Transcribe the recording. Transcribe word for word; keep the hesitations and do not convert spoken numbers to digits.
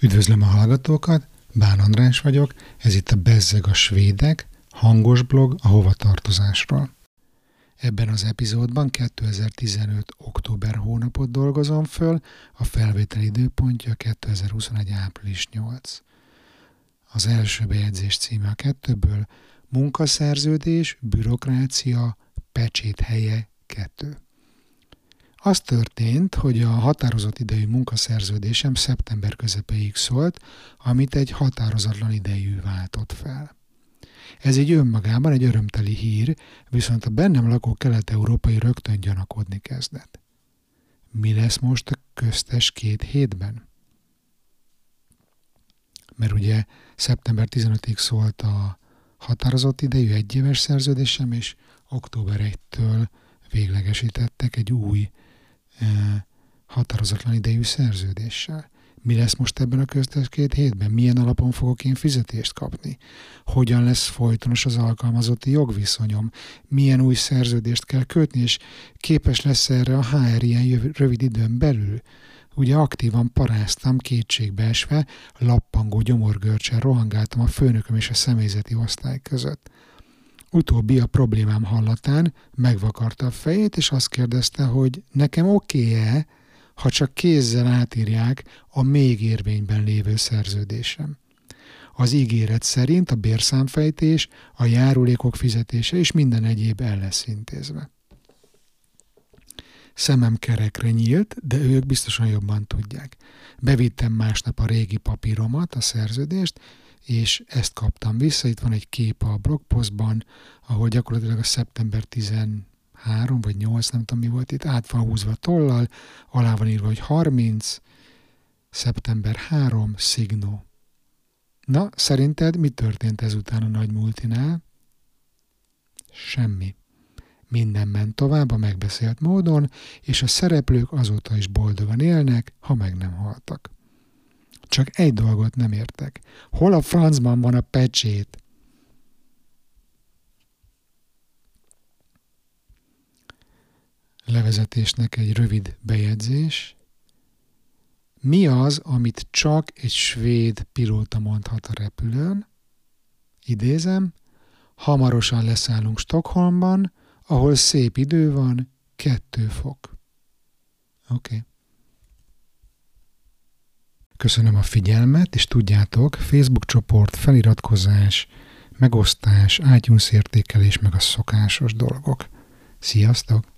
Üdvözlöm a hallgatókat, Bán András vagyok, ez itt a Bezzeg a svédek, hangos blog a hovatartozásról. Ebben az epizódban kétezer-tizenöt. október hónapot dolgozom föl, a felvétel időpontja kétezer-huszonegy. április nyolcadika. Az első bejegyzés címe a kettőből, munkaszerződés, bürokrácia, pecsét helye kettő. Az történt, hogy a határozott idejű munkaszerződésem szeptember közepéig szólt, amit egy határozatlan idejű váltott fel. Ez így önmagában egy örömteli hír, viszont a bennem lakó kelet-európai rögtön gyanakodni kezdett. Mi lesz most a köztes két hétben? Mert ugye szeptember tizenötödikéig szólt a határozott idejű egyéves szerződésem, és október elsejétől véglegesítettek egy új e, határozatlan idejű szerződéssel. Mi lesz most ebben a köztes két hétben? Milyen alapon fogok én fizetést kapni? Hogyan lesz folytonos az alkalmazotti jogviszonyom? Milyen új szerződést kell kötni, és képes lesz erre a há er ilyen rövid időn belül? Ugye aktívan paráztam, kétségbeesve, lappangó gyomorgörcsel rohangáltam a főnököm és a személyzeti osztály között. Utóbbi a problémám hallatán megvakarta a fejét, és azt kérdezte, hogy nekem oké-e, ha csak kézzel átírják a még érvényben lévő szerződésem. Az ígéret szerint a bérszámfejtés, a járulékok fizetése és minden egyéb el lesz intézve. Szemem kerekre nyílt, de ők biztosan jobban tudják. Bevittem másnap a régi papíromat, a szerződést, és ezt kaptam vissza. Itt van egy kép a blogpostban, ahol gyakorlatilag a szeptember tizenharmadika vagy nyolcadika, nem tudom mi volt itt, át van húzva tollal, alá van írva, hogy harminc, szeptember harmadika, Signó. Na, szerinted mi történt ezután a nagy multinál? Semmi. Minden ment tovább a megbeszélt módon, és a szereplők azóta is boldogan élnek, ha meg nem haltak. Csak egy dolgot nem értek. Hol a francban van a pecsét? Levezetésnek egy rövid bejegyzés. Mi az, amit csak egy svéd pilóta mondhat a repülőn? Idézem, hamarosan leszállunk Stockholmban, ahol szép idő van, kettő fok. Oké. Okay. Köszönöm a figyelmet, és tudjátok, Facebook csoport, feliratkozás, megosztás, iTunes értékelés, meg a szokásos dolgok. Sziasztok!